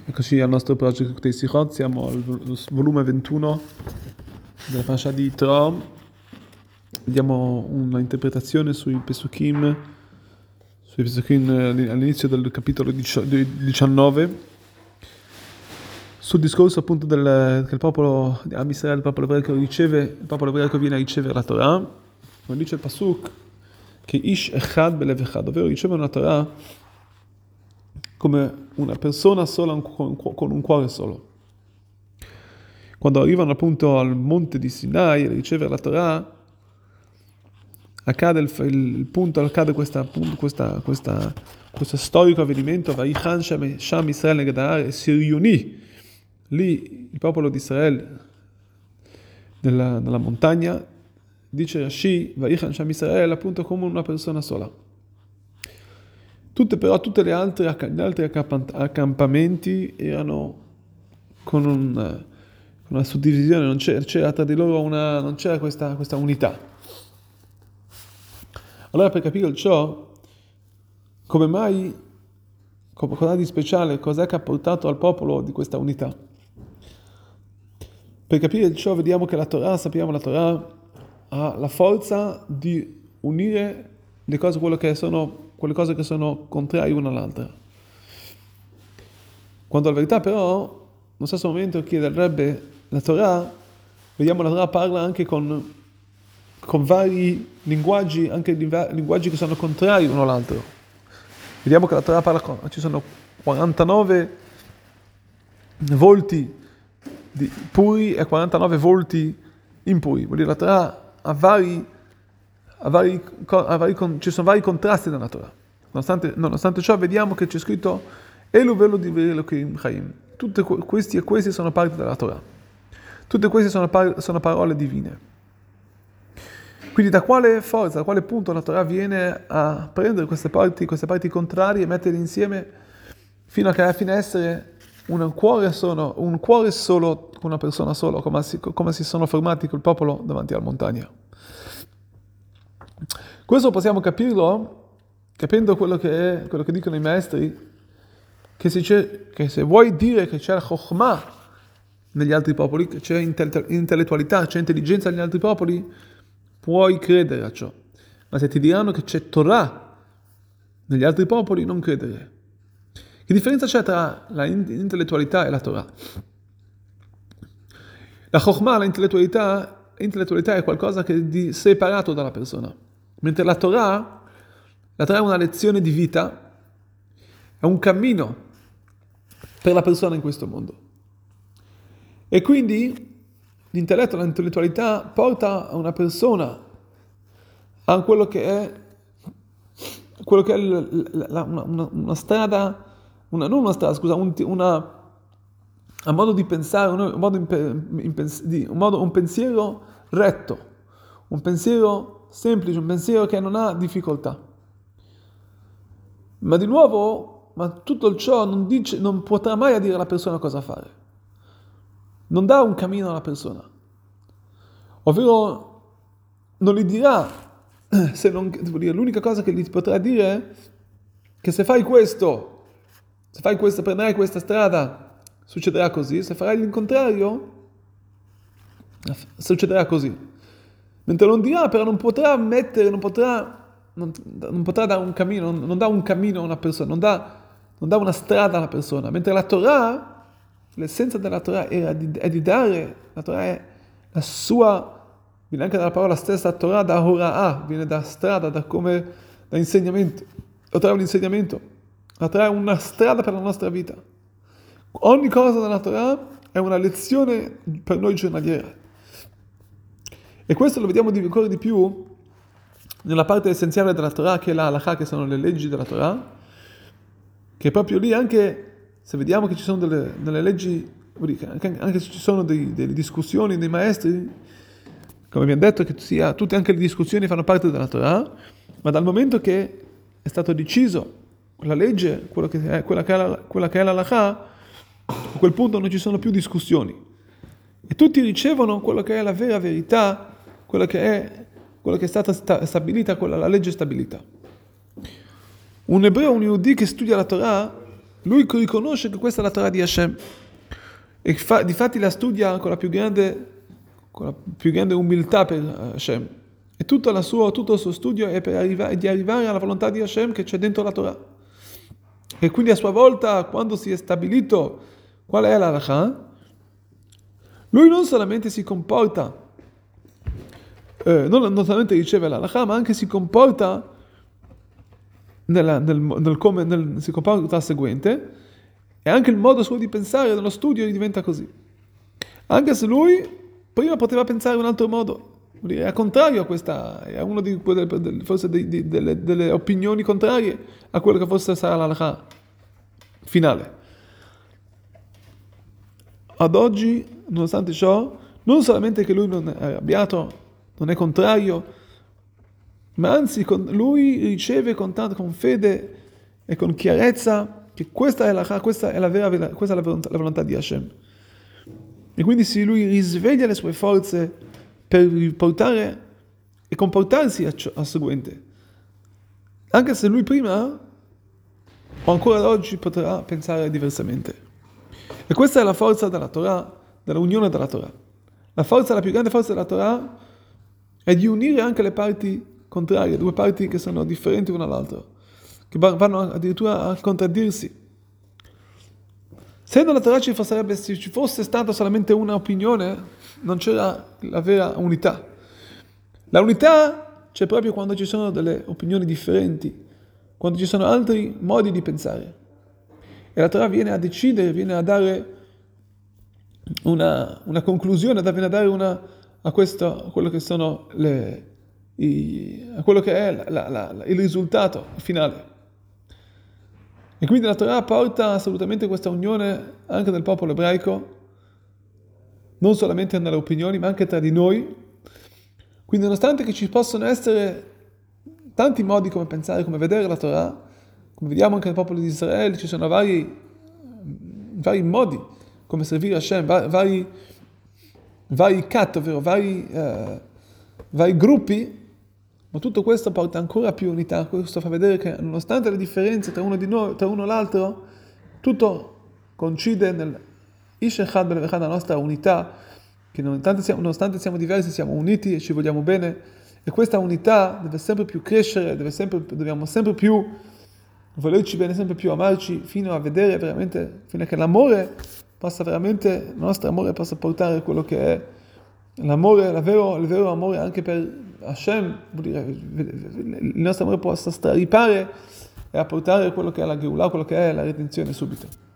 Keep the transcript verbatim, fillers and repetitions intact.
Eccoci al nostro progetto Kutei Sichot, siamo al volume ventuno della Parasha di Yitro. Vediamo una interpretazione sui Pesukim, sui Pesukim all'inizio del capitolo diciannove, sul discorso appunto del, che il popolo di Am Israele, il popolo ebraico riceve, il popolo ebraico viene a ricevere la Torah, come dice il Pasuk, che Ish Echad Belev Echad, ovvero ricevono la Torah come una persona sola con un cuore solo. Quando arrivano appunto al monte di Sinai a ricevere la Torah, accade il, il punto, accade questa, appunto, questa, questa, questo storico avvenimento, Vaichan Sham Israel Negadar, e si riunì lì il popolo di Israele nella, nella montagna, dice Rashi, Vaichan Sham Israel, appunto come una persona sola. Tutte però, tutte le altre, gli altri accampamenti erano con, un, con una suddivisione, non c'era, c'era tra di loro una, non c'era questa, questa unità. Allora, per capire ciò, come mai, cosa di speciale, cos'è che ha portato al popolo di questa unità? Per capire ciò, vediamo che la Torah, sappiamo, la Torah ha la forza di unire le cose, quello che sono quelle cose che sono contrarie una all'altra. Quando la verità però, nello stesso momento chiede al Rebbe la Torah, vediamo la Torah parla anche con, con vari linguaggi, anche linguaggi che sono contrari uno all'altro. Vediamo che la Torah parla con, ci sono quarantanove volti di puri e quarantanove volti impuri. Vuol dire la Torah ha vari A vari, a vari, ci sono vari contrasti nella Torah. Nonostante, nonostante ciò vediamo che c'è scritto Elu velo di Elokim Chaim. Tutti questi e questi sono parti della Torah. Tutte queste sono, par- sono parole divine. Quindi da quale forza, da quale punto la Torah viene a prendere queste parti, queste parti contrarie e metterle insieme fino a che alla fine essere un cuore solo, un cuore solo con una persona sola, come si, come si sono formati col popolo davanti alla montagna. Questo possiamo capirlo capendo quello che è, quello che dicono i maestri, che, si che se vuoi dire che c'è la chokhmah negli altri popoli, che c'è intellettualità, c'è intelligenza negli altri popoli, puoi credere a ciò. Ma se ti diranno che c'è Torah negli altri popoli, non credere. Che differenza c'è tra l'intellettualità e la Torah? La chokhmah, l'intellettualità, l'intellettualità è qualcosa che è di separato dalla persona. Mentre la Torah, la Torah è una lezione di vita, è un cammino per la persona in questo mondo. E quindi l'intelletto, l'intellettualità porta a una persona a quello che è, quello che è la, la, una, una strada, una, non una strada, scusa, un, una, un modo di pensare, un modo, di, un, modo, un pensiero retto, un pensiero semplice, un pensiero che non ha difficoltà. Ma di nuovo, ma tutto ciò non, dice, non potrà mai dire alla persona cosa fare. Non dà un cammino alla persona. Ovvero, non gli dirà, se non, devo dire, l'unica cosa che gli potrà dire è che se fai questo, se fai questo, prenderai questa strada, succederà così, se farai il contrario, succederà così. Mentre non dirà, però non potrà mettere, non potrà, non, non potrà dare un cammino, non, non dà un cammino a una persona, non dà, non dà una strada alla persona. Mentre la Torah, l'essenza della Torah è di, è di dare, la Torah è la sua, viene anche dalla parola stessa Torah, da Hora'ah, viene da strada, da come, da insegnamento. La Torah è un insegnamento, la Torah è una strada per la nostra vita. Ogni cosa della Torah è una lezione per noi giornaliera. E questo lo vediamo di, ancora di più nella parte essenziale della Torah, che è la halakha, che sono le leggi della Torah, che proprio lì anche, se vediamo che ci sono delle, delle leggi, anche, anche se ci sono dei, delle discussioni dei maestri, come abbiamo detto, che sia, tutte anche le discussioni fanno parte della Torah, ma dal momento che è stato deciso la legge, quello che è, quella che è la, quella che è la halakha, a quel punto non ci sono più discussioni. E tutti ricevono quello che è la vera verità, quello che è, quello che è stata stabilita, quella, la legge stabilita. Un ebreo, un yehudi che studia la Torah, lui riconosce che questa è la Torah di Hashem e fa, difatti la studia con la più grande, con la più grande umiltà per Hashem. E tutto, la sua, tutto il suo studio è per arrivare, di arrivare alla volontà di Hashem che c'è dentro la Torah. E quindi a sua volta, quando si è stabilito qual è la halakha, lui non solamente si comporta, eh, non, non solamente riceve la halakha, ma anche si comporta nella, nel, nel come nel, si comporta al seguente, e anche il modo suo di pensare nello studio diventa così. Anche se lui prima poteva pensare in un altro modo. È al contrario a questa, è una di quelle, forse di, di, delle, delle opinioni contrarie a quello che forse sarà l'halakha finale. Ad oggi, nonostante ciò, non solamente che lui non è arrabbiato, non è contrario, ma anzi con, lui riceve con, tanto, con fede e con chiarezza che questa è, la, questa è, la, vera, questa è la, volontà, la volontà di Hashem. E quindi se lui risveglia le sue forze per riportare e comportarsi al seguente, anche se lui prima o ancora oggi potrà pensare diversamente. E questa è la forza della Torah, dell'unione della Torah. La forza, la più grande forza della Torah è di unire anche le parti contrarie, due parti che sono differenti una dall'altra, che vanno addirittura a contraddirsi. Se nella Torah ci fosse, se ci fosse stata solamente una opinione, non c'era la vera unità. La unità c'è proprio quando ci sono delle opinioni differenti, quando ci sono altri modi di pensare. E la Torah viene a decidere, viene a dare una, una conclusione, viene a dare una, a questo, a quello che sono le, i, a quello che è la, la, la, il risultato finale. E quindi la Torah porta assolutamente questa unione anche nel popolo ebraico, non solamente nelle opinioni, ma anche tra di noi. Quindi nonostante che ci possono essere tanti modi come pensare, come vedere la Torah, come vediamo anche nel popolo di Israele, ci sono vari, vari modi come servire Hashem, vari, vari cat, ovvero vari, eh, vari gruppi, ma tutto questo porta ancora più unità. Questo fa vedere che nonostante le differenze tra uno di noi, tra uno e l'altro, tutto coincide nel Ish Echad Belev Echad, la nostra unità, che nonostante siamo, nonostante siamo diversi, siamo uniti e ci vogliamo bene, e questa unità deve sempre più crescere, deve sempre, dobbiamo sempre più volerci bene, sempre più amarci, fino a vedere veramente, fino a che l'amore possa veramente, il nostro amore possa portare quello che è l'amore, il vero, il vero amore anche per Hashem, vuol dire, il nostro amore possa straripare e apportare quello che è la Geulah, quello che è la redenzione subito.